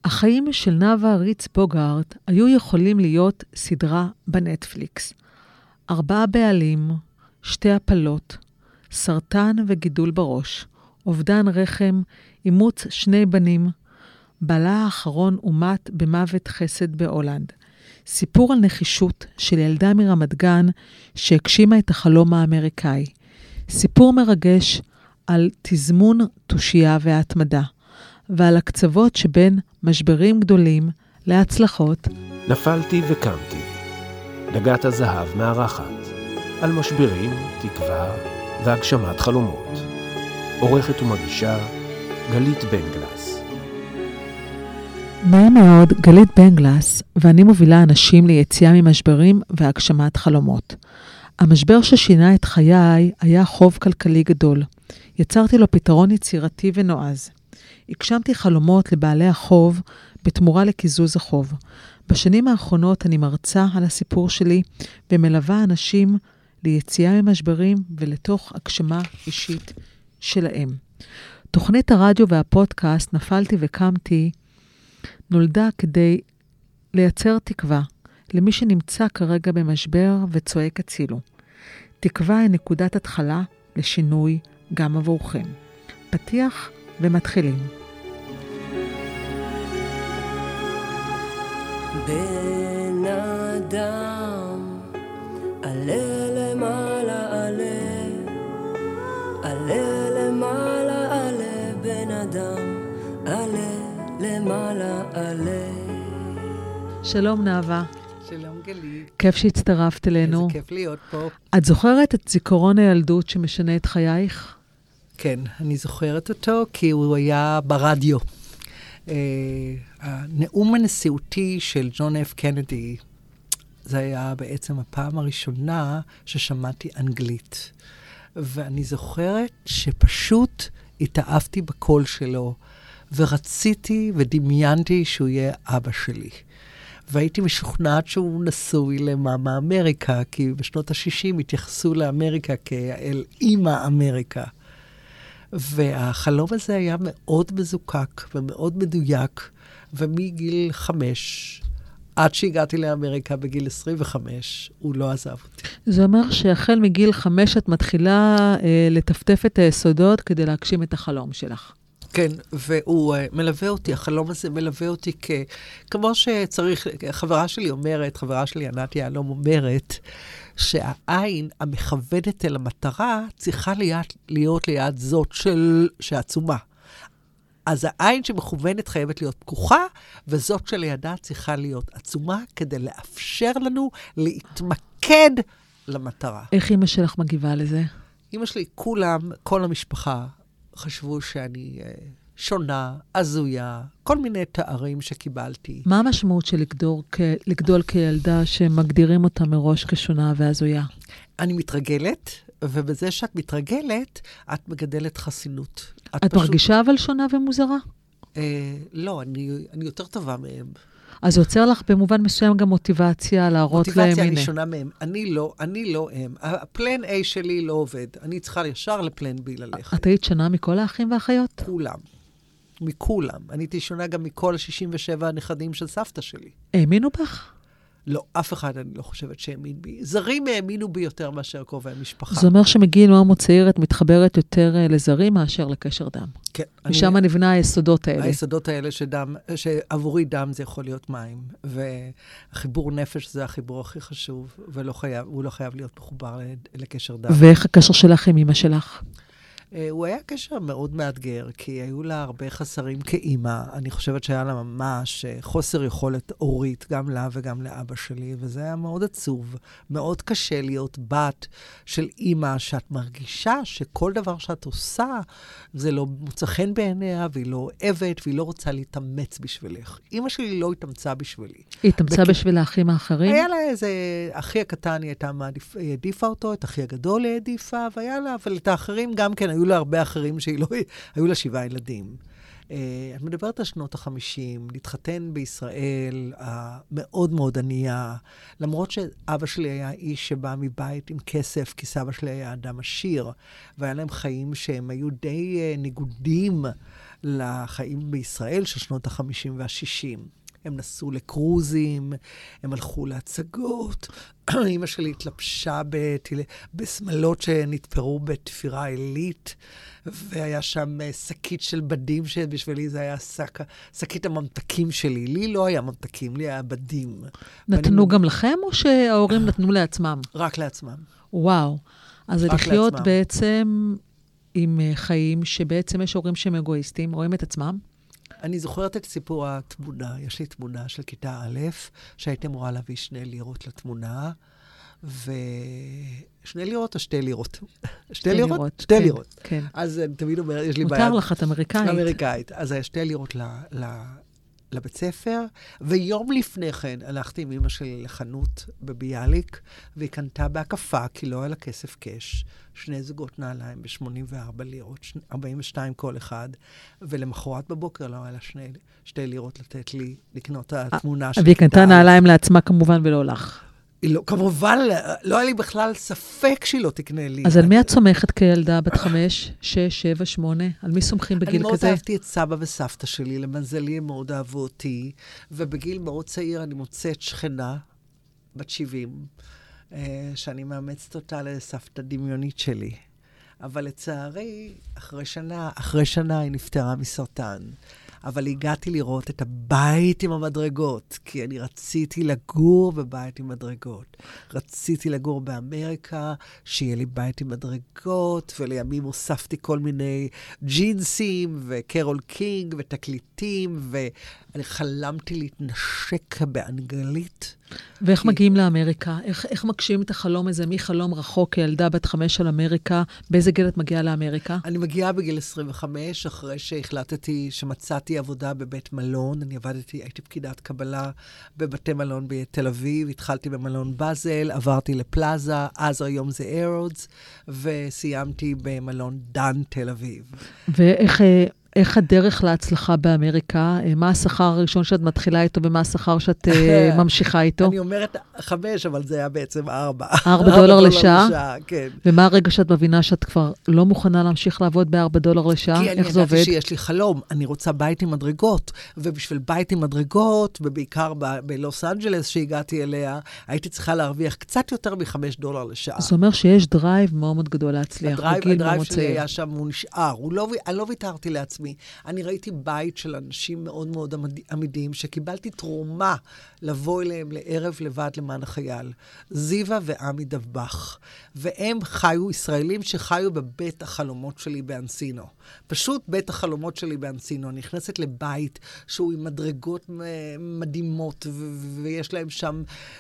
החיים של נאוה ריץ בוגארט היו יכולים להיות סדרה בנטפליקס. 4 בעלים, 2 הפלות, סרטן וגידול בראש, אובדן רחם, אימוץ 2 בנים, בעלה האחרון אומת במוות חסד בהולנד. סיפור על נחישות של ילדה מרמת גן שהגשימה את החלום האמריקאי. סיפור מרגש על תזמון, תושייה והתמדה, ועל הקצוות שבין משברים גדולים להצלחות. נפלתי וקמתי. דגת הזהב מארחת. על משברים, תקווה והגשמת חלומות. עורכת ומגישה גלית בנגלס. נעים מאוד, גלית בנגלס, ואני מובילה אנשים ליציאה ממשברים והגשמת חלומות. המשבר ששינה את חיי היה חוב כלכלי גדול. יצרתי לו פתרון יצירתי ונועז. הגשמתי חלומות לבעלי החוב בתמורה לקיזוז החוב. בשנים האחרונות אני מרצה על הסיפור שלי ומלווה אנשים ליציאה ממשברים ולתוך הגשמה אישית שלהם. תוכנית הרדיו והפודקאסט נפלתי וקמתי נולדה כדי לייצר תקווה למי שנמצא כרגע במשבר וצועק הצילו. תקווה היא נקודת התחלה לשינוי גם עבורכם. פתיח ומתחילים. בן אדם, עלה למעלה, עלה למעלה, עלה בן אדם, עלה למעלה, עלה. שלום נאווה. שלום גלית. כיף שהצטרפת אלינו. איזה כיף להיות פה. את זוכרת את זיכרון הילדות שמשנה את חייך? כן, אני זוכרת אותו כי הוא היה ברדיו. הנאום הנשיאותי של ג'ון אף קנדי, זה היה בעצם הפעם הראשונה ששמעתי אנגלית. ואני זוכרת שפשוט התאהבתי בקול שלו, ורציתי ודמיינתי שהוא יהיה אבא שלי. והייתי משוכנעת שהוא נשוי למאמה אמריקה, כי בשנות ה-60 התייחסו לאמריקה כאל אימא אמריקה. והחלום הזה היה מאוד מזוקק ומאוד מדויק, ומגיל 5, עד שהגעתי לאמריקה בגיל 25, הוא לא עזב אותי. זה אומר שהחל מגיל 5 את מתחילה לטפטף את היסודות כדי להגשים את החלום שלך. כן, והוא מלווה אותי, החלום הזה מלווה אותי כמו שצריך, חברה שלי ענת יעלום אומרת, שהעין המכוונת אל המטרה צריכה להיות ליד זאת שעצומה. אז העין שמכוונת חייבת להיות פקוחה, וזאת שלידה צריכה להיות עצומה, כדי לאפשר לנו להתמקד למטרה. איך אמא שלך מגיבה לזה? אמא שלי, כל המשפחה, חשבו שאני שונה, הזויה, כל מיני תארים שקיבלתי. מה המשמעות של לגדול כילדה שמגדירים אותה מראש כשונה והזויה? אני מתרגלת, ובזה שאת מתרגלת, את מגדלת חסינות. את מרגישה אבל שונה ומוזרה? לא, אני יותר טובה מהם. אז זה יוצר לך במובן מסוים גם מוטיבציה להראות להם. מוטיבציה, אני שונה מהם. אני לא הם. הפלן A שלי לא עובד. אני צריכה ישר לפלן B ללכת. את היית שונה מכל האחים והאחיות? כולם. מכולם. אני הייתי שונה גם מכל ה-67 הנכדים של סבתא שלי. האמינו בך? לא, אף אחד אני לא חושבת שהאמין בי. זרים האמינו בי יותר מאשר קרובי המשפחה. זה אומר שמגיל מאוד צעיר את מתחברת יותר לזרים מאשר לקשר דם. כן. משם נבנה היסודות האלה. היסודות האלה שעבורי דם זה יכול להיות מים. והחיבור נפש זה החיבור הכי חשוב, והוא לא חייב להיות מחובר לקשר דם. ואיך הקשר שלך עם אמא שלך? הוא היה קשר מאוד מאתגר, כי היו לה הרבה חסרים כאימא. אני חושבת שהיה לה ממש חוסר יכולת הורית, גם לה וגם לאבא שלי, וזה היה מאוד עצוב. מאוד קשה להיות בת של אימא, שאת מרגישה שכל דבר שאת עושה, זה לא מוצא חן בעיניה, והיא לא אוהבת, והיא לא רוצה להתאמץ בשבילך. אימא שלי לא התאמצה בשבילי. היא התאמצה בשביל האחים האחרים? היה לה איזה, אחי הקטן היא העדיפה אותו, את אחי הגדול היא העדיפה, והיה לה, אבל את האחרים גם כן, היו לה הרבה אחרים היו לה 7 ילדים. את מדברת על שנות ה-50, להתחתן בישראל, מאוד מאוד ענייה, למרות שאבא שלי היה איש שבא מבית עם כסף, כי סבא שלי היה אדם עשיר, והיה להם חיים שהם היו די ניגודים לחיים בישראל של שנות ה-50 וה-60. הם נסעו לקרוזים, הם הלכו להצגות. אמא שלי התלבשה בסמלות שנתפרו בתפירה עילית, והיה שם שקית של בדים, שבשבילי זה היה שקית הממתקים שלי. לי לא היה ממתקים, לי היה בדים. נתנו גם לכם, או שההורים נתנו לעצמם? רק לעצמם. וואו. אז זה לחיות לעצמם. בעצם עם חיים שבעצם יש הורים שהם אגואיסטים, רואים את עצמם. אני זוכרת את סיפור התמונה. יש לי תמונה של כיתה א', שהייתי אמורה להביא 2 לירות לתמונה, 2 לירות או 2 לירות? 2 לירות? 2 לירות. כן. אז אני תמיד אומר, יש לי בעיה. מותר לך, את אמריקאית. אמריקאית. אז היה 2 לירות לבית ספר, ויום לפני כן הלכתי עם אמא שלי לחנות בביאליק, והיא קנתה בהקפה, כי לא היה לה כסף קש, 2 זוגות נעליים ב-84 לירות, 42 כל אחד, ולמחרת בבוקר לא היה לה 2 לירות לתת לי לקנות את התמונה של והיא קנתה נעליים לעצמה כמובן ולא לך. לא, כמובן, לא היה לי בכלל ספק שהיא לא תקנה לי. אז על מי את סומכת כילדה בת 5, 6, 7, 8? על מי סומכים בגיל כזה? אני מאוד אהבתי את סבא וסבתא שלי, למזלי הם מאוד אהבו אותי, ובגיל מאוד צעיר אני מוצאת שכנה, בת 70, שאני מאמצת אותה לסבתא דמיונית שלי. אבל לצערי, אחרי שנה היא נפטרה מסרטן. אבל הגעתי לראות את הבית עם המדרגות, כי אני רציתי לגור בבית עם מדרגות. רציתי לגור באמריקה, שיהיה לי בית עם מדרגות, ולימים הוספתי כל מיני ג'ינסים, וקרול קינג, ותקליטים, ואני חלמתי להתנשק באנגלית. ואיך מגיעים לאמריקה? איך מגשים את החלום הזה מחלום רחוק כילדה בת 5 על אמריקה? באיזה גיל את מגיעה לאמריקה? אני מגיעה בגיל 25, אחרי שהחלטתי שמצאתי עבודה בבית מלון. הייתי פקידת קבלה בבתי מלון בתל אביב, התחלתי במלון בזל, עברתי לפלאזה, אז היום זה אירודס, וסיימתי במלון דן תל אביב. איך הדרך להצלחה באמריקה? מה השכר הראשון שאת מתחילה איתו, ומה השכר שאת ממשיכה איתו? אני אומרת 5, אבל זה היה בעצם 4. $4 לשעה? כן. ומה הרגע שאת מבינה שאת כבר לא מוכנה להמשיך לעבוד $4 לשעה? איך זה עובד? כי אני ידעתי שיש לי חלום. אני רוצה בית עם מדרגות, ובשביל בית עם מדרגות, ובעיקר בלוס אנג'לס שהגעתי אליה, הייתי צריכה להרוויח קצת יותר $5 לשעה. זאת אומרת שיש דרייב מאוד מאוד גדול להצליח. הדרייב שלי היה שם, הוא נשאר. אני לא ויתרתי לעצמי. אני ראיתי בית של אנשים מאוד מאוד עמידים, שקיבלתי תרומה לבוא אליהם לערב לבד למען החייל. זיווה ועמי דבח. והם חיו, ישראלים שחיו בבית החלומות שלי באנסינו. פשוט בית החלומות שלי באנסינו. נכנסת לבית שהוא עם מדרגות מדהימות, ויש להם שם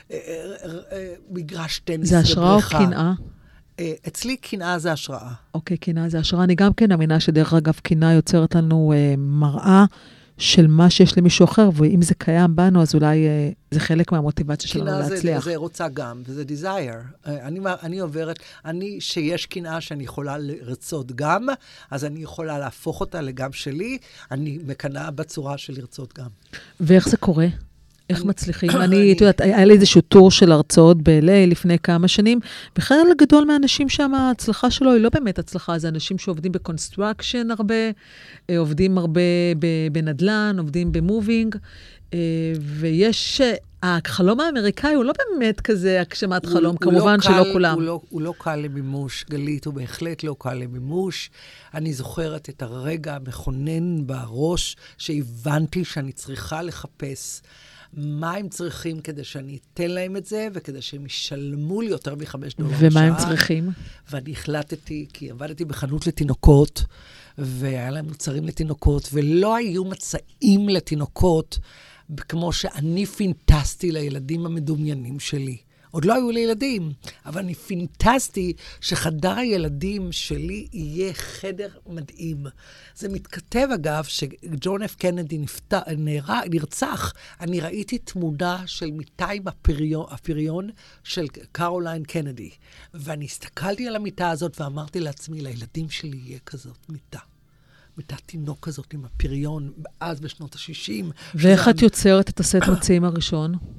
מגרש טניס ובריכה. זה השראה או קנאה? אצלי קנאה זה השראה. אוקיי, קנאה זה השראה. אני גם כן מאמינה שדרך אגב קנאה יוצרת לנו מראה של מה שיש למישהו אחר, ואם זה קיים בנו, אז אולי זה חלק מהמוטיבציה שלנו להצליח. קנאה זה רוצה גם, וזה desire. אני עוברת, שיש קנאה שאני יכולה לרצות גם, אז אני יכולה להפוך אותה לגם שלי, אני מקנאה בצורה של לרצות גם. ואיך זה קורה? איך מצליחים? אני, את יודעת, היה לי איזשהו טור של הרצאות ב-LA לפני כמה שנים, וחלק גדול מהאנשים שם, ההצלחה שלו היא לא באמת הצלחה, זה אנשים שעובדים בקונסטרקשן הרבה, עובדים הרבה בנדלן, עובדים במובינג, ויש, החלום האמריקאי הוא לא באמת כזה הגשמת חלום, כמובן שלא כולם. הוא לא קל למימוש, גלית, הוא בהחלט לא קל למימוש. אני זוכרת את הרגע המכונן בראש, שהבנתי שאני צריכה לחפש מה הם צריכים כדי שאני אתן להם את זה, וכדי שהם ישלמו לי יותר $5 לשעה. ומה הם צריכים? ואני החלטתי, כי עבדתי בחנות לתינוקות, והיה להם מוצרים לתינוקות, ולא היו מצעים לתינוקות, כמו שאני פינטסטי לילדים המדומיינים שלי. עוד לא היו לי ילדים, אבל אני פינטסטי שחדר הילדים שלי יהיה חדר מדהים. זה מתכתב, אגב, שג'ון אף קנדי נרצח. אני ראיתי תמונה של מיטה עם הפריון של קרוליין קנדי, ואני הסתכלתי על המיטה הזאת ואמרתי לעצמי, לילדים שלי יהיה כזאת מיטה. מיטת תינוק כזאת עם הפריון, אז בשנות ה-60. ואיך את יוצרת את הסט מציעים הראשון?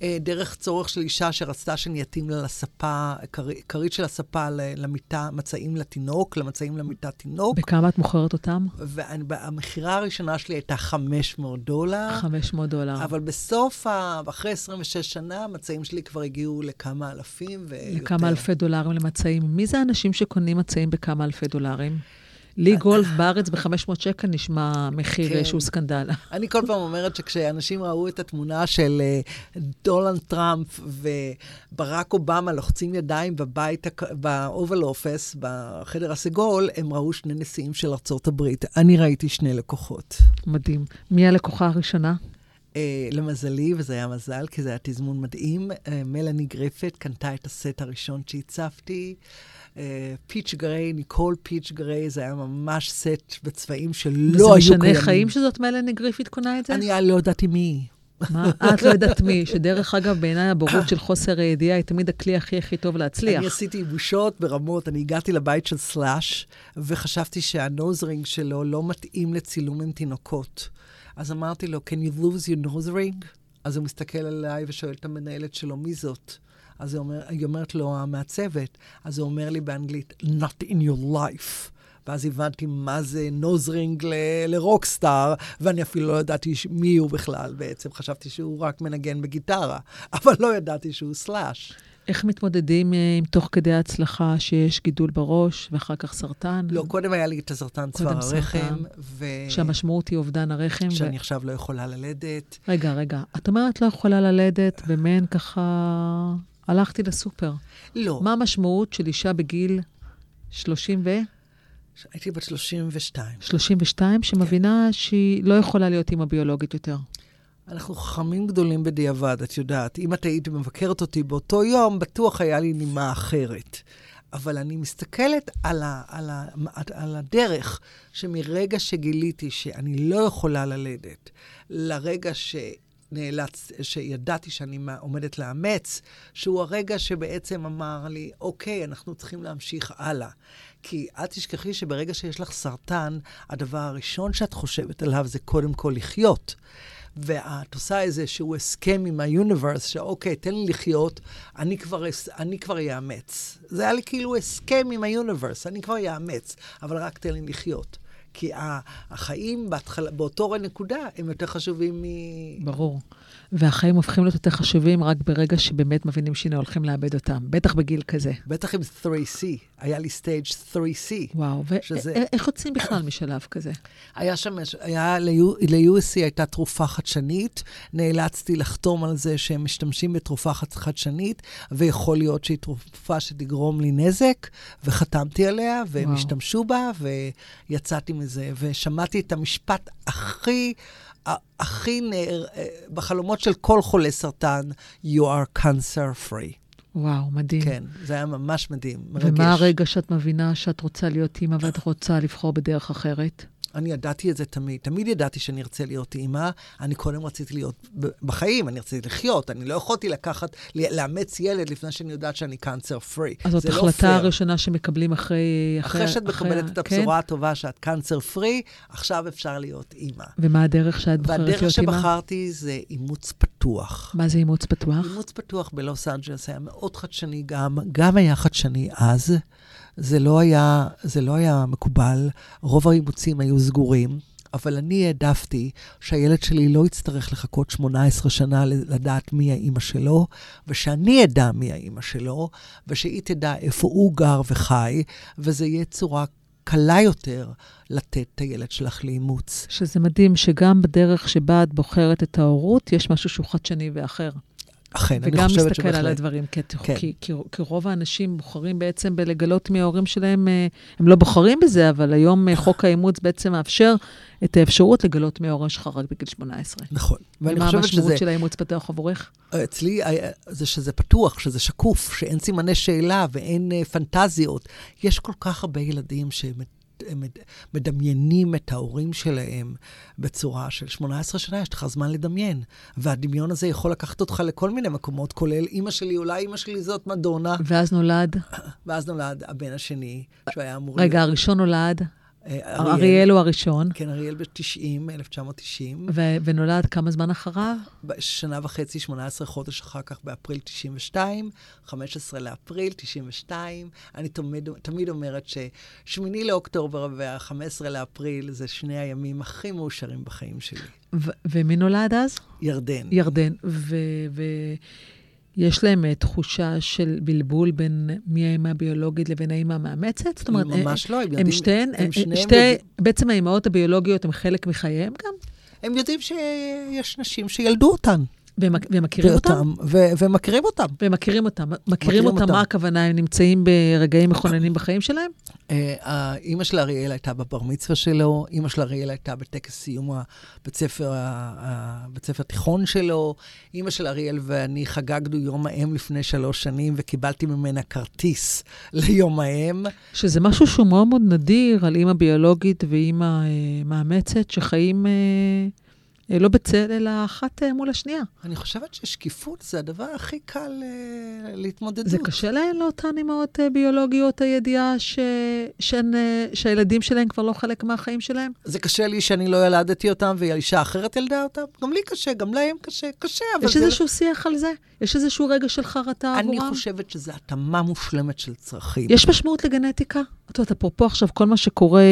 דרך צורך של אישה שרצתה שאני אתאים לה לספה, כרית של הספה למיטה, מצעים לתינוק, למצעים למיטה תינוק. בכמה את מוכרת אותם? והמחירה הראשונה שלי הייתה $500. $500. אבל בסוף, אחרי 26 שנה, המצעים שלי כבר הגיעו לכמה אלפים ויותר. לכמה אלפי דולרים למצעים. מי זה האנשים שקונים מצעים בכמה אלפי דולרים? לי גולף בארץ ב-500 שקל נשמע מחיר שהוא סקנדל. אני כל פעם אומרת שכשאנשים ראו את התמונה של דונלד טראמפ וברק אובמה לוחצים ידיים בבית, באובל אופס, בחדר הסגול, הם ראו שני נשיאים של ארצות הברית. אני ראיתי שני לקוחות. מדהים. מי הלקוחה הראשונה? למזלי, וזה היה מזל, כי זה היה תזמון מדהים, מלאני גריפית קנתה את הסט הראשון שהצפתי, פיץ' גריי, ניקול פיץ' גריי, זה היה ממש סט בצבעים שלא היו קיימים. וזה משנה חיים שזאת מלאני גריפית קונה את זה? אני לא ידעתי מי. מה? את לא יודעת מי, שדרך אגב, בעיניי הבורות של חוסר הידיעה היא תמיד הכלי הכי טוב להצליח. אני עשיתי ייבושות ברמות, אני הגעתי לבית של סלאש, וחשבתי שהנוזרינג שלו לא מתאים לצילום עם תינוקות. אז אמרתי לו, can you lose your nose ring? אז הוא מסתכל עליי ושואל את המנהלת שלו, מי זאת? אז היא אומרת לו, המעצבת. אז הוא אומר לי באנגלית, not in your life. ואז הבנתי מה זה nose ring לרוקסטאר, ואני אפילו לא ידעתי מי הוא בכלל בעצם. חשבתי שהוא רק מנגן בגיטרה, אבל לא ידעתי שהוא סלאש. איך מתמודדים עם תוך כדי ההצלחה שיש גידול בראש, ואחר כך סרטן? לא, קודם היה לי את הסרטן צוואר הרחם. שהמשמעות היא אובדן הרחם. שאני עכשיו לא יכולה ללדת. רגע. את אומרת לא יכולה ללדת, במעין ככה... הלכתי לסופר. לא. מה המשמעות של אישה בגיל 30 ו... הייתי בת 32. 32, שמבינה שהיא לא יכולה להיות אימא ביולוגית יותר. אנחנו חכמים גדולים בדיעבד, את יודעת. אם את היית מבקרת אותי באותו יום, בטוח היה לי נימה אחרת. אבל אני מסתכלת על הדרך שמרגע שגיליתי שאני לא יכולה ללדת, לרגע שידעתי שאני עומדת לאמץ, שהוא הרגע שבעצם אמר לי, אוקיי, אנחנו צריכים להמשיך הלאה. כי אל תשכחי שברגע שיש לך סרטן, הדבר הראשון שאת חושבת עליו זה קודם כל לחיות. ואת עושה איזשהו הסכם עם היוניברס, שאוקיי, תן לי לחיות, אני כבר יאמץ. זה היה לי כאילו הסכם עם היוניברס, אני כבר יאמץ, אבל רק תן לי לחיות. כי החיים באותו נקודה הם יותר חשובים ברור. והחיים הופכים להיות יותר חשובים רק ברגע שבאמת מבינים שהנה הולכים לאבד אותם. בטח בגיל כזה. בטח עם 3C. היה לי סטייג' 3C. וואו, ואיך יוצאים בכלל משלב כזה? ל-USC הייתה תרופה חדשנית, נאלצתי לחתום על זה שהם משתמשים בתרופה חדשנית, ויכול להיות שהיא תרופה שתגרום לי נזק, וחתמתי עליה, והם השתמשו בה, ויצאתי מזה, ושמעתי את המשפט הכי בחלומות של כל חולה סרטן, you are cancer free. וואו, מדהים. כן, זה היה ממש מדהים, מרגש. ומה הרגע שאת מבינה שאת רוצה להיות אימא ואת רוצה לבחור בדרך אחרת? אני ידעתי את זה תמיד. תמיד ידעתי שאני ארצה להיות אימא. אני קודם רציתי להיות בחיים, אני רציתי לחיות. אני לא יכולתי לאמץ ילד לפני שאני יודעת שאני קאנצר פרי. אז זאת החלטה הראשונה שמקבלים אחרי שאת מקבלת את הבשורה הטובה שאת קאנצר פרי, עכשיו אפשר להיות אימא. ומה הדרך שאת בוחרת להיות אימא? והדרך שבחרתי זה אימוץ פתוח. מה זה אימוץ פתוח? אימוץ פתוח בלוס אנג'לס היה מאוד חדשני גם היה חדשני אז. זה לא היה מקובל, רוב האימוצים היו סגורים, אבל אני העדפתי שהילד שלי לא יצטרך לחכות 18 שנה לדעת מי האמא שלו, ושאני אדע מי האמא שלו, ושהיא תדע איפה הוא גר וחי, וזה יהיה צורה קלה יותר לתת את הילד שלך לאימוץ. שזה מדהים שגם בדרך שבה את בוחרת את ההורות, יש משהו שהוא חדשני ואחר. אכן, וגם מסתכל על הדברים, כי רוב האנשים בוחרים בעצם בלגלות מההורים שלהם, הם לא בוחרים בזה, אבל היום חוק האימוץ בעצם מאפשר את האפשרות לגלות מההורים שלך רק בגיל 18. נכון. ומה המשמעות של האימוץ פתוח עבורך? אצלי זה שזה פתוח, שזה שקוף, שאין סימני שאלה ואין פנטזיות. יש כל כך הרבה ילדים הם מדמיינים את ההורים שלהם בצורה של 18 שנה, יש לך זמן לדמיין. והדמיון הזה יכול לקחת אותך לכל מיני מקומות, כולל אמא שלי, אולי אמא שלי זאת מדונה. ואז נולד? ואז נולד הבן השני, שהוא היה אמור... רגע, הראשון נולד? אריאל הוא הראשון. כן, אריאל ב-90, 1990. ונולד כמה זמן אחריו? שנה וחצי, 18 חודש אחר כך, באפריל 92, 15 לאפריל 92. אני תמיד אומרת ש8 לאוקטובר וה-15 לאפריל זה שני הימים הכי מאושרים בחיים שלי. ומי נולד אז? ירדן. ירדן. יש להם תחושה של בלבול בין מי האמא הביולוגית לבין האמא המאמצת? זאת אומרת, ממש לא, הם שתיהן, בעצם האמהות הביולוגיות הם חלק מחייהם גם? הם יודעים שיש נשים שילדו אותן. ומכירים אותם? ומכירים אותם. ומכירים אותם. מכירים אותם, מה הכוונה? הם נמצאים ברגעים מכוננים בחיים שלהם? אמא של אריאל הייתה בבר מצווה שלו, אמא של אריאל הייתה בטקס סיום בית ספר תיכון שלו, אמא של אריאל ואני חגגנו יום האם לפני 3 שנים, וקיבלתי ממנה כרטיס ליום האם. שזה משהו שהוא מאוד מאוד נדיר על אמא ביולוגית ואמא מאמצת, שחיים לא בצל, אלא אחת מול השנייה. אני חושבת ששקיפות זה הדבר הכי קל להתמודדות. זה קשה להן לאותן אמהות ביולוגיות הידיעה שהילדים שלהם כבר לא חלק מהחיים שלהם? זה קשה לי שאני לא ילדתי אותם ואישה אחרת ילדה אותם. גם לי קשה, גם להם קשה. יש איזשהו שיח על זה? יש איזשהו רגע של חרטה עבורם? אני חושבת שזו התאמה מושלמת של צרכים. יש משמעות לגנטיקה? אפרופו עכשיו כל מה שקורה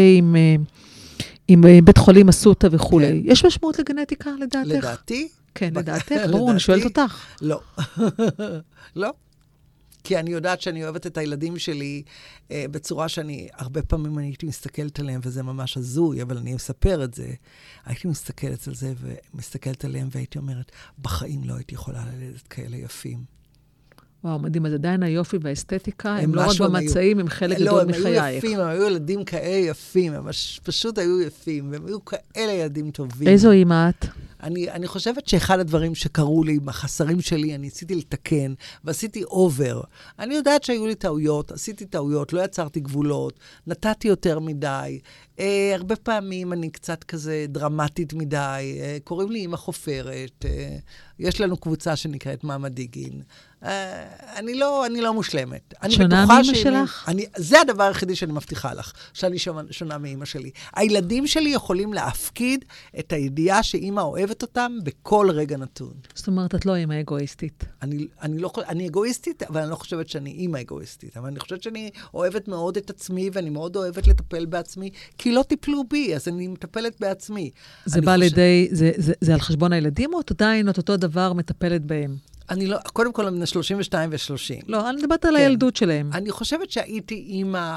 עם בית חולים אסותא וכו'. כן. יש משמעות לגנטיקה, לדעתך? לדעתי? כן, לדעתך. ברור, אני שואלת אותך. לא. לא. כי אני יודעת שאני אוהבת את הילדים שלי בצורה שאני, הרבה פעמים אני הייתי מסתכלת עליהם, וזה ממש הזוי, אבל אני מספר את זה. הייתי מסתכלת על זה, ומסתכלת עליהם, והייתי אומרת, בחיים לא הייתי יכולה ללדת כאלה יפים. וואו, מדהים, אז עדיין היופי והאסתטיקה, הם לא רק במצאים, הם חלק גדול מחייך. לא, הם היו יפים, הם היו ילדים כאלה יפים, הם פשוט היו יפים, והם היו כאלה ילדים טובים. איזו אימא את? אני חושבת שאחד הדברים שקרו לי, בחסרים שלי, אני ניסיתי לתקן, ועשיתי אובר. אני יודעת שהיו לי טעויות, עשיתי טעויות, לא יצרתי גבולות, נתתי יותר מדי. הרבה פעמים אני קצת כזה דרמטית מדי, קוראים לי אמא חופרת, יש לנו קבוצה שנקראת מאמה דיגין. אני לא מושלמת. שונה מאמא שלך? זה הדבר היחידי שאני מבטיחה לך, שאני שונה מאמא שלי. הילדים שלי יכולים להפקיד את הידיעה שאמא אוהבת אותם בכל רגע נתון. זאת אומרת, את לא אמא אגואיסטית. אני אגואיסטית, אבל אני לא חושבת שאני אמא אגואיסטית. אבל אני חושבת שאני אוהבת מאוד את עצמי, ואני מאוד אוהבת לטפל בעצמי, כי לא טיפלו בי, אז אני מטפלת בעצמי. זה בא לידי, זה על חשבון הילדים, או עדיין אותו דבר מטפלת בהם? אני לא, קודם כל, אני 32 ו-30. לא, אני מדברת על הילדות שלהם. אני חושבת שהייתי אימא,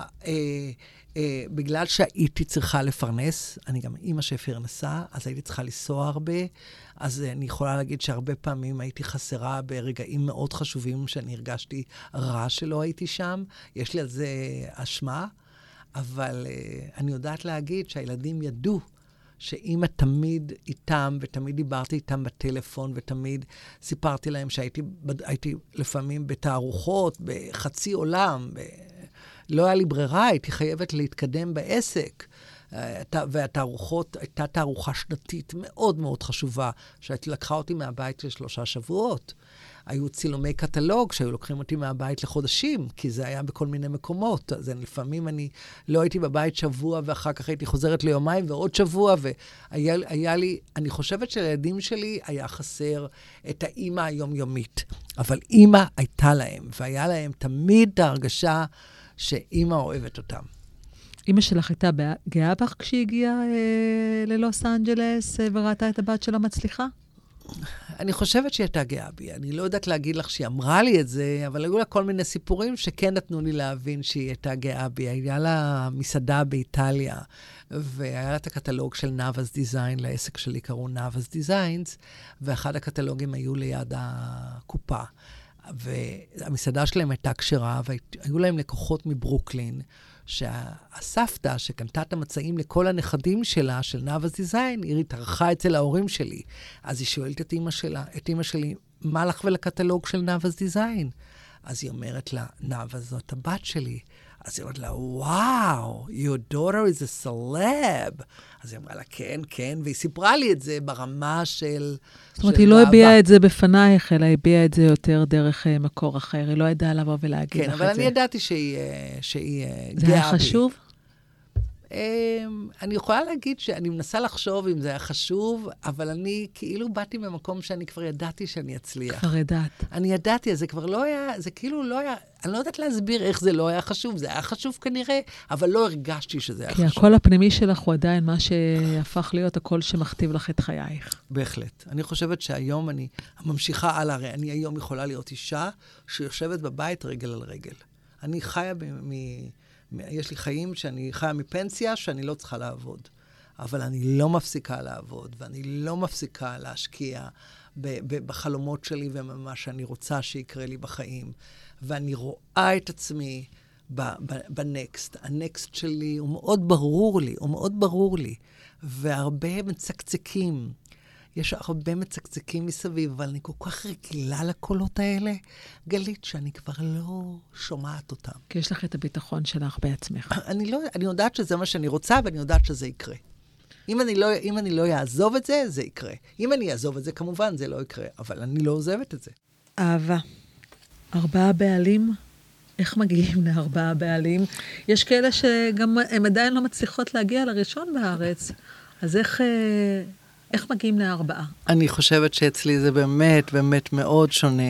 בגלל שהייתי צריכה לפרנס, אני גם אימא שפרנסה, אז הייתי צריכה לנסוע הרבה, אז אני יכולה להגיד שהרבה פעמים הייתי חסרה ברגעים מאוד חשובים, שאני הרגשתי רע שלא הייתי שם. יש לי על זה אשמה, אבל אני יודעת להגיד שהילדים ידעו, שאמא תמיד איתם, ותמיד דיברתי איתם בטלפון, ותמיד סיפרתי להם שהייתי לפעמים בתערוכות, בחצי עולם, לא היה לי ברירה, הייתי חייבת להתקדם בעסק. והתערוכות, הייתה תערוכה שנתית מאוד מאוד חשובה, שלקחה אותי מהבית ל3 שבועות. היו צילומי קטלוג שהיו לוקחים אותי מהבית לחודשים, כי זה היה בכל מיני מקומות. אז לפעמים אני לא הייתי בבית שבוע, ואחר כך הייתי חוזרת ליומיים ועוד שבוע, והיה לי, אני חושבת שלילדים שלי היה חסר את האימא היומיומית. אבל אימא הייתה להם, והיה להם תמיד את ההרגשה שאימא אוהבת אותם. אמא שלך הייתה גאה בך כשהיא הגיעה ללוס אנג'לס וראתה את הבת שלה מצליחה? אני חושבת שהיא הייתה גאה בי. אני לא יודעת להגיד לך שהיא אמרה לי את זה, אבל היו לה כל מיני סיפורים שכן נתנו לי להבין שהיא הייתה גאה בי. היה לה מסעדה באיטליה, והיה לה את הקטלוג של נאבס דיזיין, לעסק שלי קראו נאבס דיזיינס, ואחד הקטלוגים היו ליד הקופה. והמסעדה שלהם הייתה כשרה, והיו להם לקוחות מברוקלין, שהסבתא שקנתה את המצעים לכל הנכדים שלה, של נאבס דיזיין, היא התארחה אצל ההורים שלי. אז היא שואלת את אמא שלי, מה לך ולקטלוג של נאבס דיזיין? אז היא אומרת לה, נאבס זאת הבת שלי. אז היא אומרת לה, וואו, your daughter is a celeb. אז היא אמרה לה, כן, כן, והיא סיפרה לי את זה ברמה של... זאת אומרת, היא לא הביעה את זה בפנייך, אלא הביעה את זה יותר דרך מקור אחר. היא לא ידעה לבוא ולהגיד לך את זה. כן, אבל אני ידעתי שהיא גאה בי. זה היה חשוב? אני יכולה להגיד שאני מנסה לחשוב אם זה היה חשוב, אבל אני כאילו באתי ממקום שאני כבר ידעתי שאני אצליח. כבר ידעת. אני ידעתי, זה כבר לא היה, זה כאילו לא היה, אני לא יודעת להסביר איך זה לא היה חשוב, זה היה חשוב כנראה, אבל לא הרגשתי שזה היה חשוב. כי הקול הפנימי שלך הוא עדיין מה שהפך להיות הקול שמכתיב לך את חייך. בהחלט. אני חושבת שהיום אני ממשיכה הלאה, הרי אני היום יכולה להיות אישה שיושבת בבית רגל על רגל. אני חיה יש לי חיים שאני חיה מפנסיה שאני לא צריכה לעבוד. אבל אני לא מפסיקה לעבוד, ואני לא מפסיקה להשקיע בחלומות שלי ובמה שאני רוצה שיקרה לי בחיים. ואני רואה את עצמי בנקסט. הנקסט שלי הוא מאוד ברור לי, והרבה מצקצקים. יש הרבה מצקצקים מסביב, אבל אני כל כך רגילה לקולות האלה, גלית, שאני כבר לא שומעת אותם. כי יש לך את הביטחון שלך בעצמך. אני יודעת שזה מה שאני רוצה, ואני יודעת שזה יקרה. אם אני לא יעזוב את זה, זה יקרה. אם אני אעזוב את זה, כמובן זה לא יקרה, אבל אני לא עוזבת את זה. אהבה. 4 בעלים? איך מגיעים ל4 בעלים? יש כאלה שגם הם עדיין לא מצליחות להגיע לראשון בארץ. אז איך מגיעים ל4? אני חושבת שאצלי זה באמת, באמת מאוד שונה.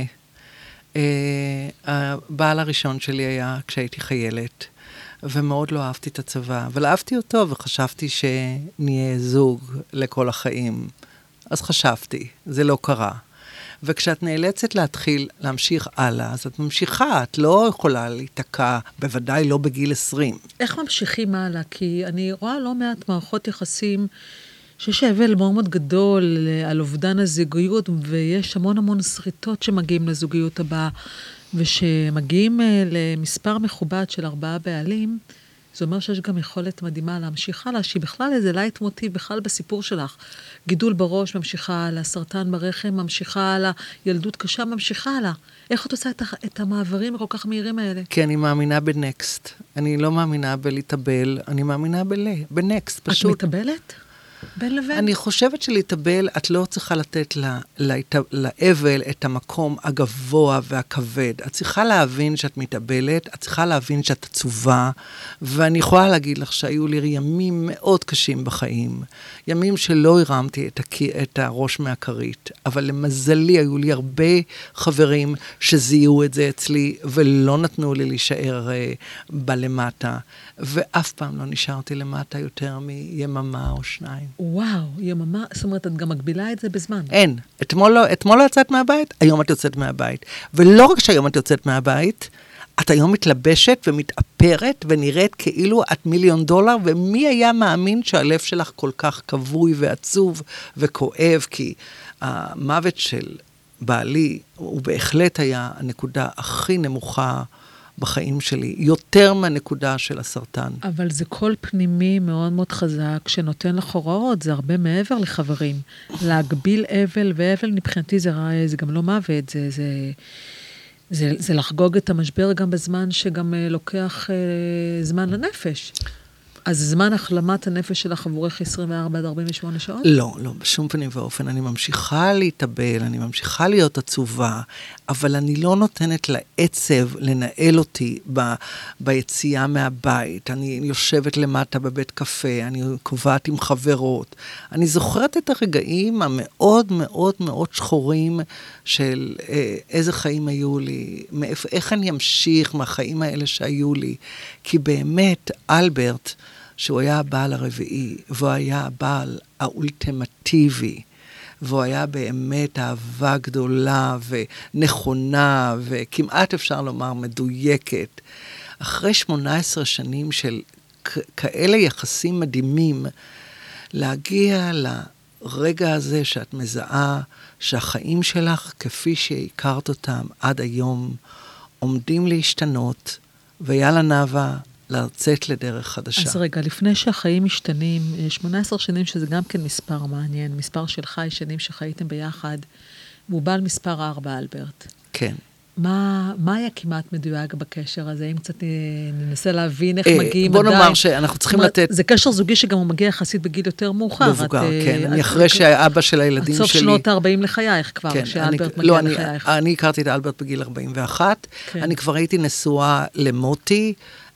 הבעל הראשון שלי היה כשהייתי חיילת, ומאוד לא אהבתי את הצבא, אבל אהבתי אותו וחשבתי שנהיה זוג לכל החיים. אז חשבתי, זה לא קרה. וכשאת נאלצת להמשיך הלאה, אז את ממשיכה, את לא יכולה להיתקע, בוודאי לא בגיל 20. איך ממשיכים הלאה? כי אני רואה לא מעט מערכות יחסים, שיש אבל מאוד מאוד גדול על אובדן הזוגיות, ויש המון שריטות שמגיעים לזוגיות הבאה, ושמגיעים למספר מכובד של 4 בעלים, זה אומר שיש גם יכולת מדהימה להמשיך הלאה, שהיא בכלל איזה לייט מוטיב בכלל בסיפור שלך. גידול בראש ממשיכה הלאה, סרטן ברחם ממשיכה הלאה, ילדות קשה ממשיכה הלאה. איך את עושה את המעברים הכל כך מהירים האלה? כי אני מאמינה בנקסט. אני לא מאמינה בלהתאבל, אני מאמינה בנקסט, פשוט. את מתאבלת? בין לבין? אני חושבת שלהתאבל, את לא צריכה לתת לאבל את המקום הגבוה והכבד. את צריכה להבין שאת מתאבלת, את צריכה להבין שאת עצובה, ואני יכולה להגיד לך שהיו לי ימים מאוד קשים בחיים, ימים שלא הרמתי את הראש מהכרית, אבל למזלי היו לי הרבה חברים שזיהו את זה אצלי, ולא נתנו לי להישאר בלמטה, ואף פעם לא נשארתי למטה יותר מיממה או 2. וואו, יממה, זאת אומרת, את גם מגבילה את זה בזמן. אין. אתמול לא יצאת מהבית, היום את יוצאת מהבית. ולא רק שהיום את יוצאת מהבית, את היום מתלבשת ומתאפרת ונראית כאילו את $1,000,000, ומי היה מאמין שהלב שלך כל כך כבוי ועצוב וכואב, כי המוות של בעלי, הוא בהחלט היה הנקודה הכי נמוכה בחיים שלי, יותר מהנקודה של הסרטן. אבל זה קול פנימי מאוד מאוד חזק, שנותן לך הוראות, זה הרבה מעבר לחברים. להגביל אבל, ואבל מבחינתי זה גם לא מוות, זה לחגוג את המשבר גם בזמן שגם לוקח זמן לנפש. אז זמן החלמת הנפש שלך עבורך 24 עד 48 שעות? לא, בשום פנים ואופן. אני ממשיכה להתאבל, אני ממשיכה להיות עצובה, אבל אני לא נותנת לעצב לנהל אותי ביציאה מהבית. אני יושבת למטה בבית קפה, אני קובעת עם חברות. אני זוכרת את הרגעים המאוד מאוד מאוד שחורים של איזה חיים היו לי, איך אני אמשיך מהחיים האלה שהיו לי. כי באמת, אלברט, שהוא היה הבעל הרביעי, והוא היה הבעל האולטימטיבי, והוא היה באמת אהבה גדולה ונכונה, וכמעט אפשר לומר מדויקת. אחרי 18 שנים של כאלה יחסים מדהימים, להגיע לרגע הזה שאת מזהה שהחיים שלך, כפי שהכרת אותם עד היום, עומדים להשתנות, ויאללה נאווה, לצאת לדרך חדשה. אז רגע, לפני שהחיים משתנים, 18 שנים שזה גם כן מספר מעניין, מספר של חי שנים שחייתם ביחד, והוא בעל מספר 4, אלברט. כן. מה היה כמעט מדויק בקשר הזה? אם קצת ננסה להבין איך מגיעים בוא עדיין. נאמר שאנחנו צריכים לתת... זה קשר זוגי שגם הוא מגיע יחסית בגיל יותר מאוחר. מבוגר, כן. אני אחרי שהאבא של הילדים שלי... עד סוף שנות ה-40 לחייך כבר, שאלברט מגיע לחייך. אני הכרתי את אלברט בגיל 41. אני כבר הייתי נשואה למוטי.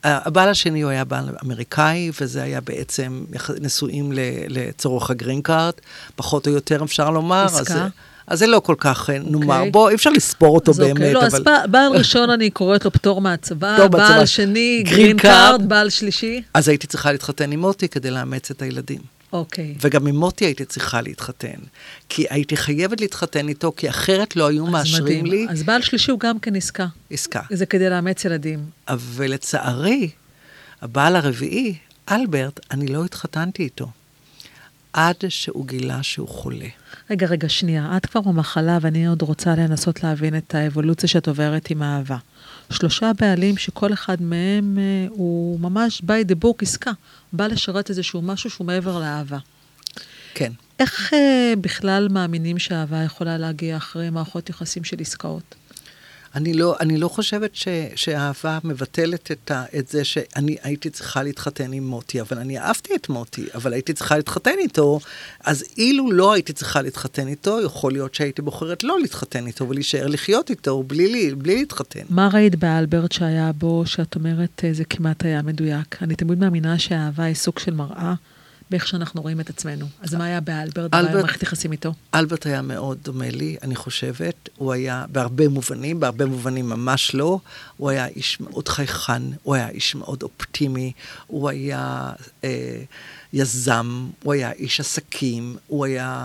הבעל השני הוא היה בעל אמריקאי, וזה היה בעצם נשואים לצורך הגרין קארד, פחות או יותר אפשר לומר. עסקה. אז זה לא כל כך נאמר. בוא, אי אפשר לספור אותו באמת. לא, אז בעל ראשון אני קוראת לו פטור מהצבא, בעל שני, גרין קארד, בעל שלישי. אז הייתי צריכה להתחתן עם מוטי כדי לאמץ את הילדים. אוקיי. וגם עם מוטי הייתי צריכה להתחתן. כי הייתי חייבת להתחתן איתו, כי אחרת לא היו מאשרים לי. אז בעל שלישי הוא גם כן עסקה. עסקה. זה כדי לאמץ ילדים. אבל לצערי, הבעל הרביעי, אלברט, אני לא התחתנתי איתו. עד שהוא גילה שהוא חולה. רגע, שנייה. את כבר במחלה, ואני עוד רוצה לנסות להבין את האבולוציה שאת עוברת עם האהבה. 3 בעלים שכל אחד מהם הוא ממש by the book עסקה. בא לשרת איזשהו משהו שהוא מעבר לאהבה. כן. איך בכלל מאמינים שהאהבה יכולה להגיע אחרי מערכות יחסים של עסקאות? אני לא חושבת שהאהבה מבטלת את זה שאני הייתי צריכה להתחתן עם מוטי, אבל אני אהבתי את מוטי, אבל הייתי צריכה להתחתן איתו, אז אילו לא הייתי צריכה להתחתן איתו, יכול להיות שהייתי בוחרת לא להתחתן איתו, ולהישאר לחיות איתו בלי להתחתן. מה ראית באלברט שהיה בו, שאת אומרת, זה כמעט היה מדויק? אני תמיד מאמינה שהאהבה היא סוג של מראה, באיך שאנחנו רואים את עצמנו. אז מה היה באלברט? מערכת יחסים איתו? אלברט היה מאוד דומה לי, אני חושבת. הוא היה בהרבה מובנים ממש לא. הוא היה איש מאוד חייכן, הוא היה איש מאוד אופטימי, הוא היה יזם, הוא היה איש עסקים, הוא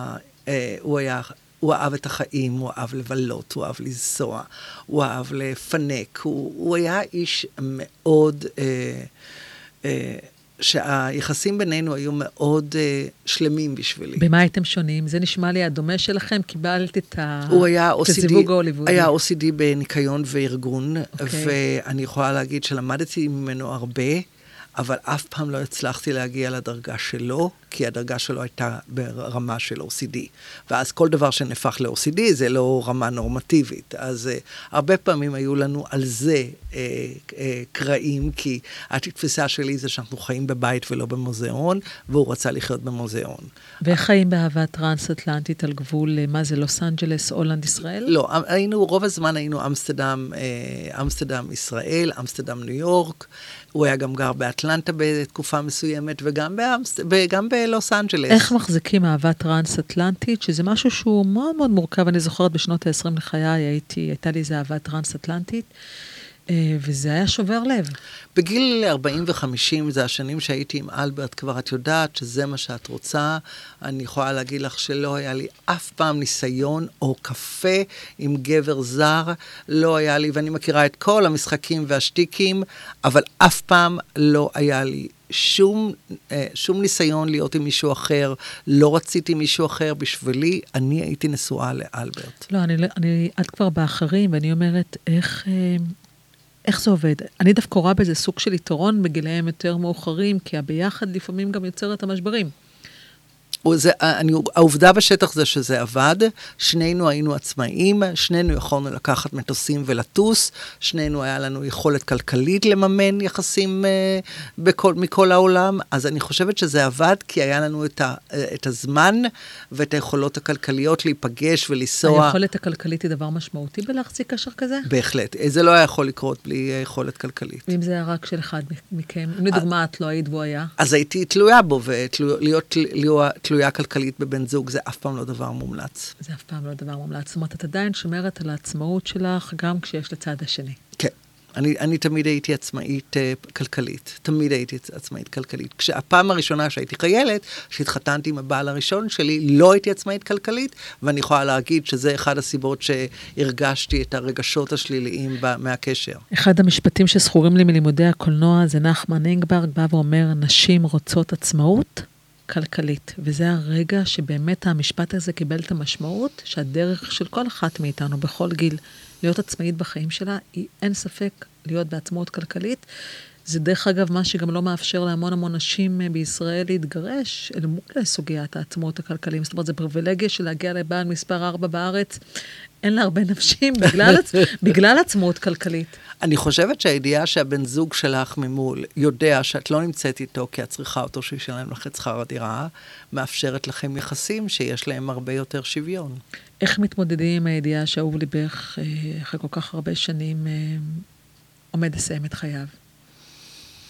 אהב את החיים, הוא אהב לבלות, הוא אהב לנסוע, הוא אהב לפנק, הוא היה איש מאוד... שהיחסים בינינו היו מאוד שלמים בשבילי. במה הייתם שונים? זה נשמע לי הדומה שלכם, קיבלת את הזיווג ההוליוודי. היה OCD בניקיון וארגון, ואני יכולה להגיד שלמדתי ממנו הרבה, אבל אף פעם לא הצלחתי להגיע לדרגה שלו, כי הדרגה שלו הייתה ברמה של OCD. ואז כל דבר שנפח ל-OCD זה לא רמה נורמטיבית. אז הרבה פעמים היו לנו על זה קרעים, כי התפיסה שלי זה שאנחנו חיים בבית ולא במוזיאון, והוא רצה לחיות במוזיאון. וחיים באהבה טרנס-אטלנטית על גבול, מה זה, לוס אנג'לס, הולנד, ישראל? לא, רוב הזמן היינו אמסטרדם, ישראל, אמסטרדם, ניו יורק, הוא היה גם גר באטלנטה בתקופה מסוימת, וגם בלוס אנג'לס. איך מחזיקים אהבה טרנס-אטלנטית, שזה משהו שהוא מאוד מאוד מורכב, אני זוכרת בשנות ה-20 לחיי, הייתה לי איזו אהבה טרנס-אטלנטית, וזה היה שובר לב. בגיל 40 ו-50, זה השנים שהייתי עם אלברט, כבר את יודעת שזה מה שאת רוצה. אני יכולה להגיד לך שלא היה לי אף פעם ניסיון או קפה עם גבר זר, לא היה לי, ואני מכירה את כל המשחקים והשטיקים, אבל אף פעם לא היה לי שום ניסיון להיות עם מישהו אחר, לא רציתי מישהו אחר בשבילי, אני הייתי נשואה לאלברט. לא, את כבר באחרים, ואני אומרת, איך זה עובד? אני דווקא רואה בזה סוג של יתרון בגילאים יותר מאוחרים, כי הביחד לפעמים גם יוצר את המשברים. העובדה בשטח זה שזה עבד, שנינו היינו עצמאים, שנינו יכולנו לקחת מטוסים ולטוס, שנינו היה לנו יכולת כלכלית לממן יחסים מכל העולם, אז אני חושבת שזה עבד, כי היה לנו את הזמן ואת היכולות הכלכליות להיפגש ולנסוע. היכולת הכלכלית היא דבר משמעותי בלהחזיק קשר כזה? בהחלט, זה לא היה יכול לקרות בלי יכולת כלכלית. ואם זה היה רק של אחד מכם, אם לדוגמה את לא היית בו היה? אז הייתי תלויה בו, ולהיות תלויה כלכלית בבן זוג, זה אף פעם לא דבר מומלץ. זה אף פעם לא דבר מומלץ. זאת אומרת, את עדיין שומרת על העצמאות שלך, גם כשיש לצד השני. כן. אני תמיד הייתי עצמאית כלכלית. תמיד הייתי עצמאית כלכלית. כשהפעם הראשונה שהייתי חיילת, שהתחתנתי עם הבעל הראשון שלי, לא הייתי עצמאית כלכלית, ואני יכולה להגיד שזה אחד הסיבות שהרגשתי את הרגשות השליליים מהקשר. אחד המשפטים שזכורים לי מלימודי הקולנוע, זה נחמן אינגברג, בא ואומר, נשים רוצות עצמאות, כלכלית, וזה הרגע שבאמת המשפט הזה קיבל את המשמעות, שהדרך של כל אחת מאיתנו בכל גיל להיות עצמאית בחיים שלה, היא אין ספק להיות בעצמאות כלכלית. זה דרך אגב מה שגם לא מאפשר להמון נשים בישראל להתגרש אל מול סוגיית העצמאות הכלכלית. זאת אומרת, זה פריבילגיה של להגיע לבעל מספר 4 בארץ, אין לה הרבה נשים בגלל עצמאות כלכלית. אני חושבת שהידיעה שהבן זוג שלך ממול יודע שאת לא נמצאת איתו כי את צריכה אותו שישלם לך את שכר הדירה, מאפשרת לכם יחסים שיש להם הרבה יותר שוויון. איך מתמודדים עם הידיעה שאהוב ליבך אחרי כל כך הרבה שנים עומד לסיים את חייו?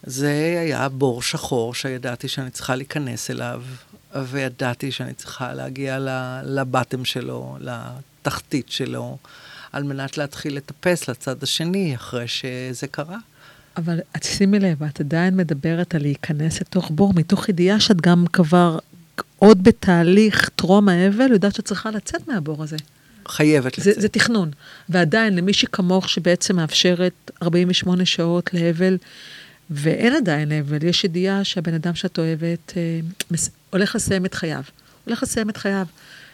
זה היה בור שחור שידעתי שאני צריכה להיכנס אליו, וידעתי שאני צריכה להגיע לבטם שלו, לתחתית שלו, על מנת להתחיל לטפס לצד השני אחרי שזה קרה. אבל את שימי לב, את עדיין מדברת על להיכנס לתוך בור, מתוך ידיעה שאת גם כבר עוד בתהליך טרום האבל, יודעת שאת צריכה לצאת מהבור הזה. חייבת לצאת. זה תכנון. ועדיין, למי שכמוך שבעצם מאפשרת 48 שעות לאבל, ואין עדיין אבל, יש ידיעה שהבן אדם שאת אוהבת הולך לסיים את חייו. הולך לסיים את חייו.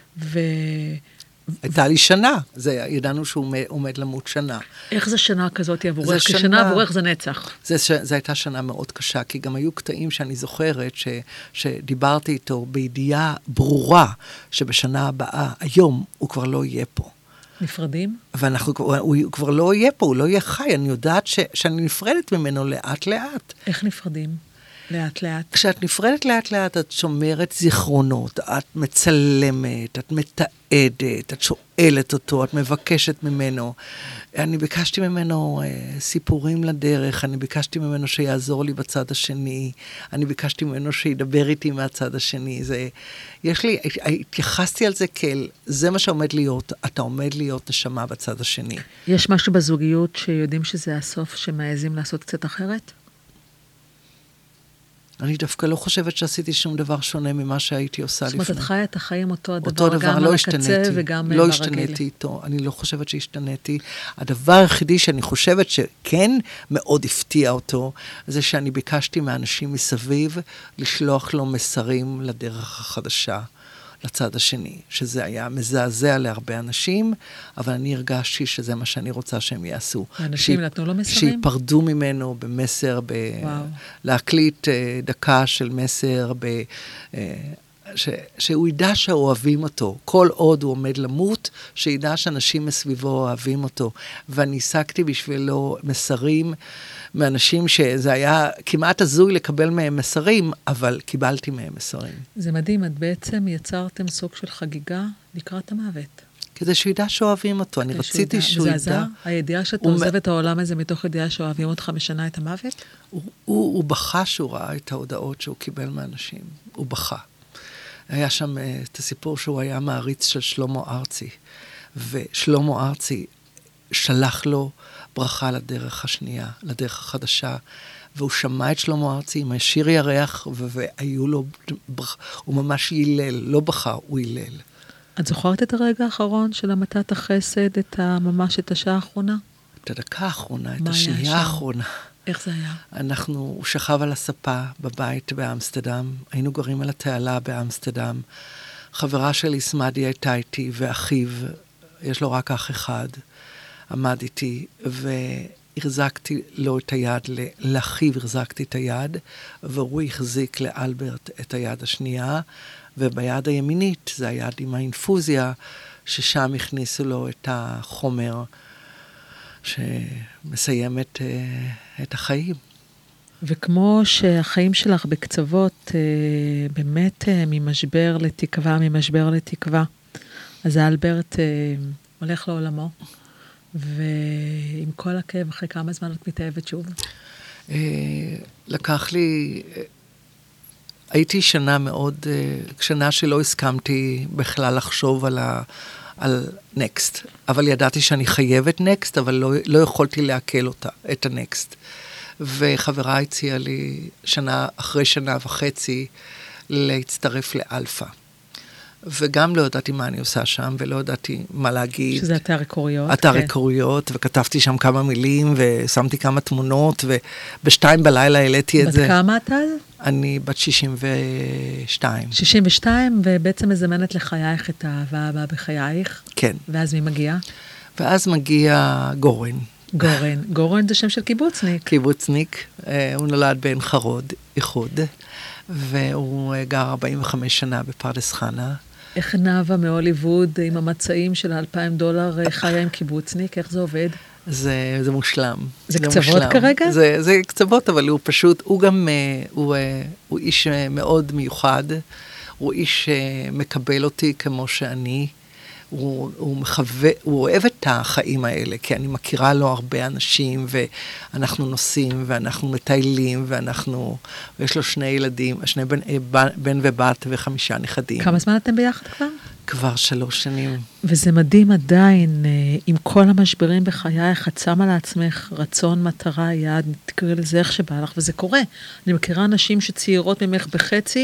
הייתה לי שנה. ידענו שהוא עומד למות שנה. איך זה שנה כזאת עבורך? כשנה עבורך זה נצח. זה הייתה שנה מאוד קשה, כי גם היו קטעים שאני זוכרת שדיברתי איתו בידיעה ברורה שבשנה הבאה, היום, הוא כבר לא יהיה פה. נפרדים? הוא כבר לא יהיה פה, הוא לא יהיה חי. אני יודעת שאני נפרדת ממנו לאט לאט. איך נפרדים? לאט לאט. כשאת נפרדת לאט לאט, את שומרת זיכרונות, את מצלמת, את מתעדת, את שואלת אותו, את מבקשת ממנו. אני ביקשתי ממנו סיפורים לדרך, אני ביקשתי ממנו שיעזור לי בצד השני, אני ביקשתי ממנו שידבר איתי מהצד השני. התייחסתי על זה כאל, זה מה שעומד להיות, אתה עומד להיות נשמה בצד השני. יש משהו בזוגיות שיודעים שזה הסוף, שמעזים לעשות קצת אחרת? אני דווקא לא חושבת שעשיתי שום דבר שונה ממה שהייתי עושה לפני. זאת אומרת, את חיה את החיים אותו הדבר, גם על הקצה וגם ברגל. לא השתניתי איתו, אני לא חושבת שהשתניתי. הדבר היחידי שאני חושבת שכן מאוד הפתיע אותו, זה שאני ביקשתי מאנשים מסביב לשלוח לו מסרים לדרך החדשה, לצד השני, שזה היה מזעזע להרבה אנשים, אבל אני הרגשתי שזה מה שאני רוצה שהם יעשו. האנשים נתנו לו מסרים? שיפרדו ממנו במסר, להקליט דקה של מסר, שהוא ידע שאוהבים אותו. כל עוד הוא עומד למות, שידע שאנשים מסביבו אוהבים אותו. ואני השגתי בשבילו מסרים מאנשים שזה היה כמעט הזוי לקבל מהם מסרים, אבל קיבלתי מהם מסרים. זה מדהים, את בעצם יצרתם סוג של חגגיגה לקראת המוות. כדי שהוא ידע שאוהבים אותו, אני רציתי שהוא ידע. זה עזר? הידיעה שאתה עוזב את העולם הזה מתוך ידיעה שאוהבים אותך משנה את המוות? הוא בכה שהוא ראה את ההודעות שהוא קיבל מאנשים. הוא בכה. היה שם את הסיפור שהוא היה מעריץ של שלמה ארצי, ושלמה ארצי שלח לו ברכה לדרך השנייה, לדרך החדשה, והוא שמע את שלמה ארצי עם השיר ירח, והיו לו, הוא ממש יילל, לא בכה, הוא יילל. את זוכרת את הרגע האחרון של המתת החסד, ממש את השעה האחרונה? את הדקה האחרונה, את השנייה האחרונה. איך זה היה? הוא שכב על הספה בבית באמסטרדם, היינו גרים על התעלה באמסטרדם, חברה שלי סמדי הייתה איתי, ואחיו, יש לו רק אח אחד, עמד איתי, והחזקתי לו את היד, לאחיו החזקתי את היד, והוא החזיק לאלברט את היד השנייה, וביד הימינית, זה היד עם האינפוזיה, ששם הכניסו לו את החומר שמסיים את החיים. וכמו שהחיים שלך בקצוות, באמת ממשבר לתקווה, אז אלברט הולך לעולמו, ועם כל הכאב, אחרי כמה זמן את מתאהבת שוב? לקח לי, הייתי שנה שלא הסכמתי בכלל לחשוב על נקסט, אבל ידעתי שאני חייבת נקסט, אבל לא יכולתי לעכל אותה, את הנקסט. וחברה הציעה לי אחרי שנה וחצי להצטרף לאלפא. וגם לא ידעתי מה אני עושה שם, ולא ידעתי מה להגיד. שזה אתר היכרויות. אתר היכרויות, וכתבתי שם כמה מילים, ושמתי כמה תמונות, וב-2 בלילה העליתי את זה. בת כמה אתה? אני בת 62. 62, ובעצם מזמנת לחייך את האהבה הבאה בחייך. כן. ואז מי מגיע? ואז מגיע גורן. גורן זה שם של קיבוצניק. קיבוצניק, הוא נולד בעין חרוד, איחוד, והוא גר 45 שנה בפרדס חנה. איך נאווה מהוליווד עם המצעים של $2,000 חיה עם קיבוצניק? איך זה עובד? זה מושלם. זה קצוות כרגע? זה קצוות, אבל הוא פשוט, הוא גם, הוא איש מאוד מיוחד, הוא איש מקבל אותי כמו שאני, הוא אוהב את החיים האלה, כי אני מכירה לו הרבה אנשים, ואנחנו נוסעים, ואנחנו מטיילים, ויש לו 2 ילדים, 2 בן ובת ו5 נכדים. כמה זמן אתם ביחד כבר? כבר 3 שנים. וזה מדהים עדיין, עם כל המשברים בחייך, את שמה לעצמך רצון, מטרה, יעד, תקראי לזה איך שבא לך, וזה קורה. אני מכירה אנשים שצעירות ממך בחצי,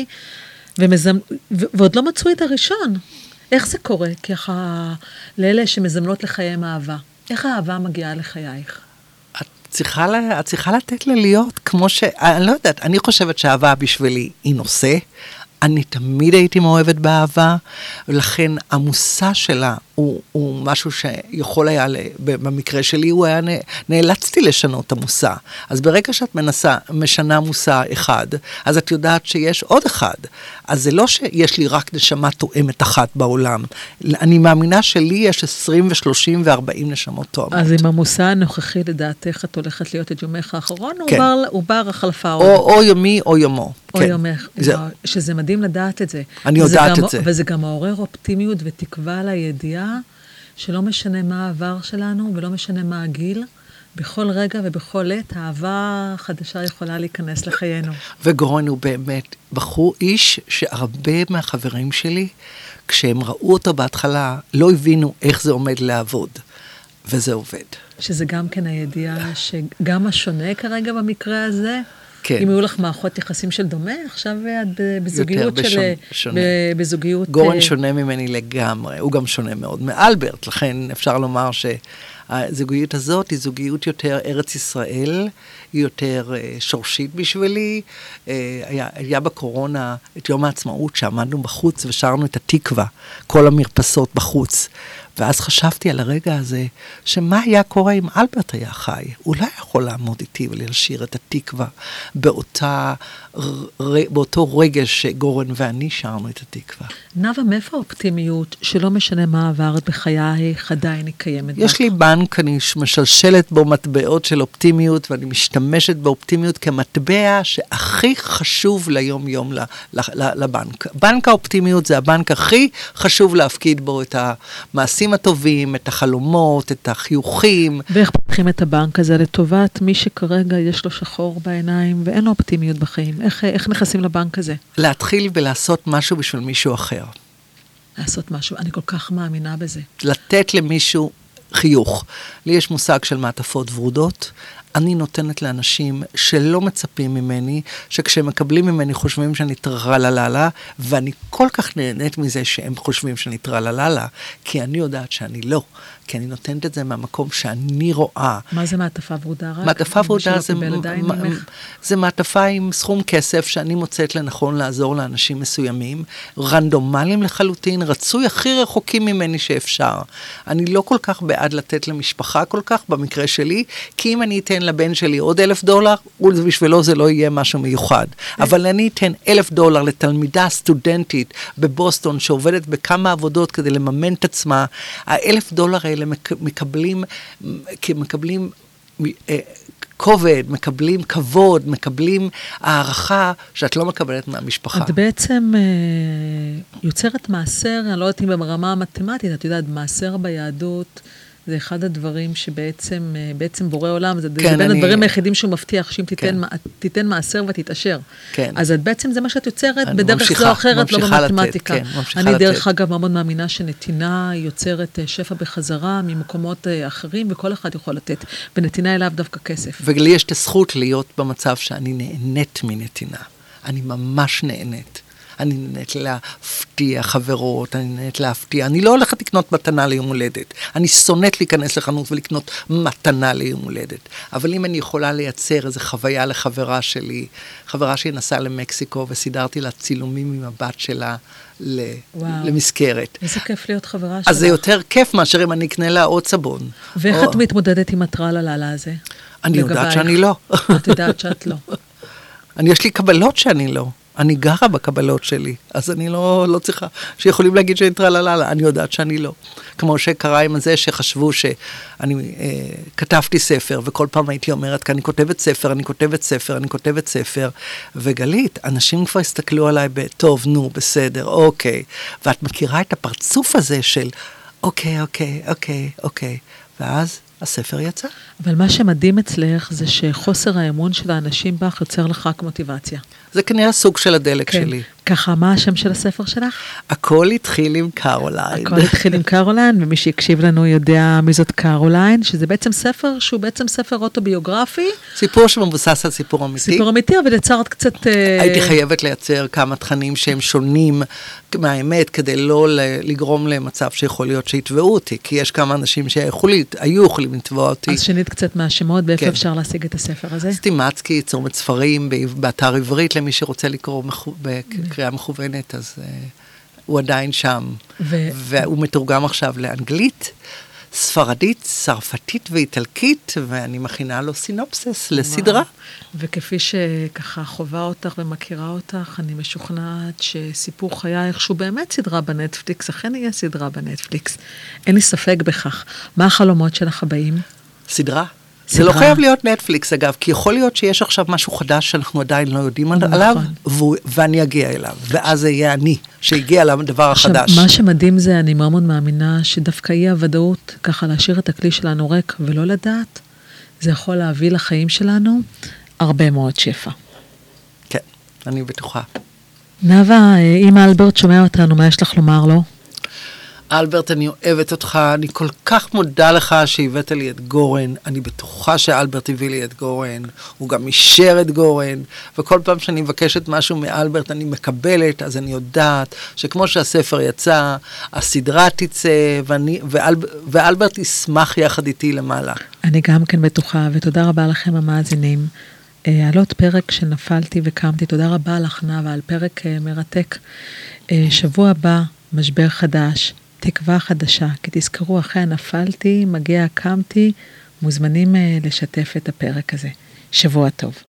ועוד לא מצאו את הראשון. איך זה קורה? ככה, לאלה שמזמנות לחיים אהבה. איך האהבה מגיעה לחייך? את צריכה לתת לה להיות כמו אני לא יודעת, אני חושבת שהאהבה בשבילי היא נושא, אני תמיד הייתי מאוהבת באהבה, ולכן המושא שלה הוא משהו שיכול היה, במקרה שלי הוא היה, נאלצתי לשנות את המושא. אז ברגע שאת משנה מושא אחד, אז את יודעת שיש עוד אחד. אז זה לא שיש לי רק נשמה תואמת אחת בעולם. אני מאמינה שלי יש 20 ו-30 ו-40 נשמות תואמות. אז עם המושא הנוכחי לדעתך את הולכת להיות את יומך האחרון, כן. הוא בר החלפה או יומי או יומו. או כן. יומך. שזה מדהים לדעת את זה. אני יודעת את זה. וזה גם מעורר אופטימיות ותקווה לידיעה, שלא משנה מה העבר שלנו, ולא משנה מה הגיל, בכל רגע ובכל עת, האהבה החדשה יכולה להיכנס לחיינו. וגורן הוא באמת איש שהרבה מהחברים שלי, כשהם ראו אותו בהתחלה, לא הבינו איך זה עומד לעבוד. וזה עובד. שזה גם כן הידיעה שגם השונה כרגע במקרה הזה, כן. אם היו לך מערכות יחסים של דומה, עכשיו את בזוגיות שונה. בזוגיות... גורן שונה ממני לגמרי, הוא גם שונה מאוד מאלברט, לכן אפשר לומר שהזוגיות הזאת היא זוגיות יותר ארץ ישראל, היא יותר שורשית בשבילי. היה בקורונה את יום העצמאות שעמדנו בחוץ ושרנו את התקווה, כל המרפסות בחוץ. ואז חשבתי על הרגע הזה, שמה היה קורה אם אלברט היה חי? הוא לא יכול לעמוד איתי ולשיר את התקווה באותו רגש שגורן ואני שרנו את התקווה. נאווה, מאיפה האופטימיות שלא משנה מה עברת בחייך עדיין היא קיימת? יש לי בנק, אני משלשלת בו מטבעות של אופטימיות, ואני משתמשת באופטימיות כמטבע שהכי חשוב ליום-יום לבנק. בנק האופטימיות זה הבנק הכי חשוב להפקיד בו את המעשים הטובים, את החלומות, את החיוכים. ואיך פותחים את הבנק הזה לטובת מי שכרגע יש לו שחור בעיניים ואין לו אופטימיות בחיים? איך נכנסים לבנק הזה? להתחיל ולעשות משהו בשביל מישהו אחר. לעשות משהו, אני כל כך מאמינה בזה. לתת למישהו חיוך. לי יש מושג של מעטפות ורודות. אני נותנת לאנשים שלא מצפים ממני, שכשהם מקבלים ממני חושבים שאני טרלללה, ואני כל כך נהנית מזה שהם חושבים שאני טרלללה, כי אני יודעת שאני לא. כי אני נותנת את זה מהמקום שאני רואה. מה זה מעטפה ורודה? מעטפה ורודה זה מעטפה עם סכום כסף שאני מוצאת לנכון לעזור לאנשים מסוימים, רנדומליים לחלוטין, רצוי הכי רחוקים ממני שאפשר. אני לא כל כך בעד לתת למשפחה כל כך, במקרה שלי, כי אם אני אתן לבן שלי עוד $1,000, בשבילו זה לא יהיה משהו מיוחד. אבל אני אתן $1,000 לתלמידה סטודנטית בבוסטון, שעובדת בכמה עבודות כדי לממן את עצמה, $1,000 האלה מקבלים כובד, מקבלים כבוד, מקבלים הערכה שאת לא מקבלת מהמשפחה. את בעצם יוצרת מעשר, אני לא יודעת אם ברמה המתמטית, את יודעת, מעשר ביהדות, זה אחד הדברים שבעצם בורא עולם, זה בין הדברים היחידים שהוא מבטיח, שאם תיתן מעשר ותתעשר. אז בעצם זה מה שאת יוצרת, בדרך זו או אחרת, לא במתמטיקה. אני דרך אגב מאוד מאמינה שנתינה יוצרת שפע בחזרה ממקומות אחרים, וכל אחד יכול לתת, ונתינה אליו דווקא כסף. ולי יש את הזכות להיות במצב שאני נהנית מנתינה. אני ממש נהנית. אני נהנית להפתיע חברות, אני נהנית להפתיע. אני לא הולכת לקנות מתנה ליום הולדת. אני שונאת להיכנס לחנות ולקנות מתנה ליום הולדת. אבל אם אני יכולה לייצר איזו חוויה לחברה שלי, חברה שהיא נסעה למקסיקו, וסידרתי לה צילומים עם הבת שלה למזכרת. איזה כיף להיות חברה שלך. אז זה יותר כיף מאשר אם אני אקנה לה עוד סבון. ואיך את מתמודדת עם הטרללה הזה? אני יודעת שאני לא. את יודעת שאת לא. יש לי קבלות שאני לא. אני גרה בקבלות שלי, אז אני לא צריכה, שיכולים להגיד שאני טרלללה, אני יודעת שאני לא. כמו שקרה עם זה שחשבו שאני כתבתי ספר, וכל פעם הייתי אומרת, כי אני כותבת ספר, וגלית, אנשים כבר הסתכלו עליי טוב, נו, בסדר, אוקיי. ואת מכירה את הפרצוף הזה של, אוקיי. ואז הספר יצא. אבל מה שמדהים אצלך זה שחוסר האמון של האנשים בך יוצר לך רק מוטיבציה. זה כנראה סוג של הדלק כן. שלי. ככה, מה השם של הספר שלך? הכל התחיל עם קרוליין. הכל התחיל עם קרוליין, ומי שהקשיב לנו יודע מי זאת קרוליין, שזה בעצם ספר שהוא בעצם ספר אוטוביוגרפי. סיפור שמבוסס על סיפור אמיתי. סיפור אמיתי, אבל יצרת קצת... הייתי חייבת לייצר כמה תכנים שהם שונים מהאמת, כדי לא לגרום למצב שיכול להיות שיתבעו אותי, כי יש כמה אנשים שהיו יכולים לתבוע אותי. אז שנית קצת מהשמות, באיפה כן. אפשר להשיג את הספר הזה? סטימצקי, צומת ספרים, באתר עברית, למי שרוצה לקרוא בקריאה מכוונת, אז הוא עדיין שם. והוא מתורגם עכשיו לאנגלית, ספרדית, צרפתית ואיטלקית, ואני מכינה לו סינופסס לסדרה. וכפי שככה חובה אותך ומכירה אותך, אני משוכנעת שסיפור חייך, שהוא באמת סדרה בנטפליקס, אכן יהיה סדרה בנטפליקס. אין לי ספק בכך. מה החלומות שלך הבאים? סדרה. זה לא חייב להיות נטפליקס, אגב, כי יכול להיות שיש עכשיו משהו חדש שאנחנו עדיין לא יודעים עליו, ואני אגיע אליו, ואז זה יהיה אני שהגיע לדבר החדש. עכשיו, מה שמדהים זה, אני מאוד מאמינה שדווקא יהיה הוודאות, ככה להשאיר את הכלי שלנו ריק ולא לדעת, זה יכול להביא לחיים שלנו הרבה מאוד שפע. כן, אני בטוחה. נאווה, אם אלברט שומע אותנו, מה יש לך לומר לו? אלברט, אני אוהבת אותך, אני כל כך מודה לך שהבאת לי את גורן, אני בטוחה שאלברט הביא לי את גורן, הוא גם אישר את גורן, וכל פעם שאני מבקשת משהו מאלברט אני מקבלת, אז אני יודעת שכמו שהספר יצא, הסדרה תצא, ואלברט ישמח יחד איתי למעלה. אני גם כן בטוחה, ותודה רבה לכם המאזינים. על עוד פרק שנפלתי וקמתי, תודה רבה לך נאווה, על פרק מרתק. שבוע הבא, משבר חדש. תקווה חדשה, כי תזכרו, אחרי נפלתי, מגיע קמתי, מוזמנים לשתף את הפרק הזה. שבוע טוב.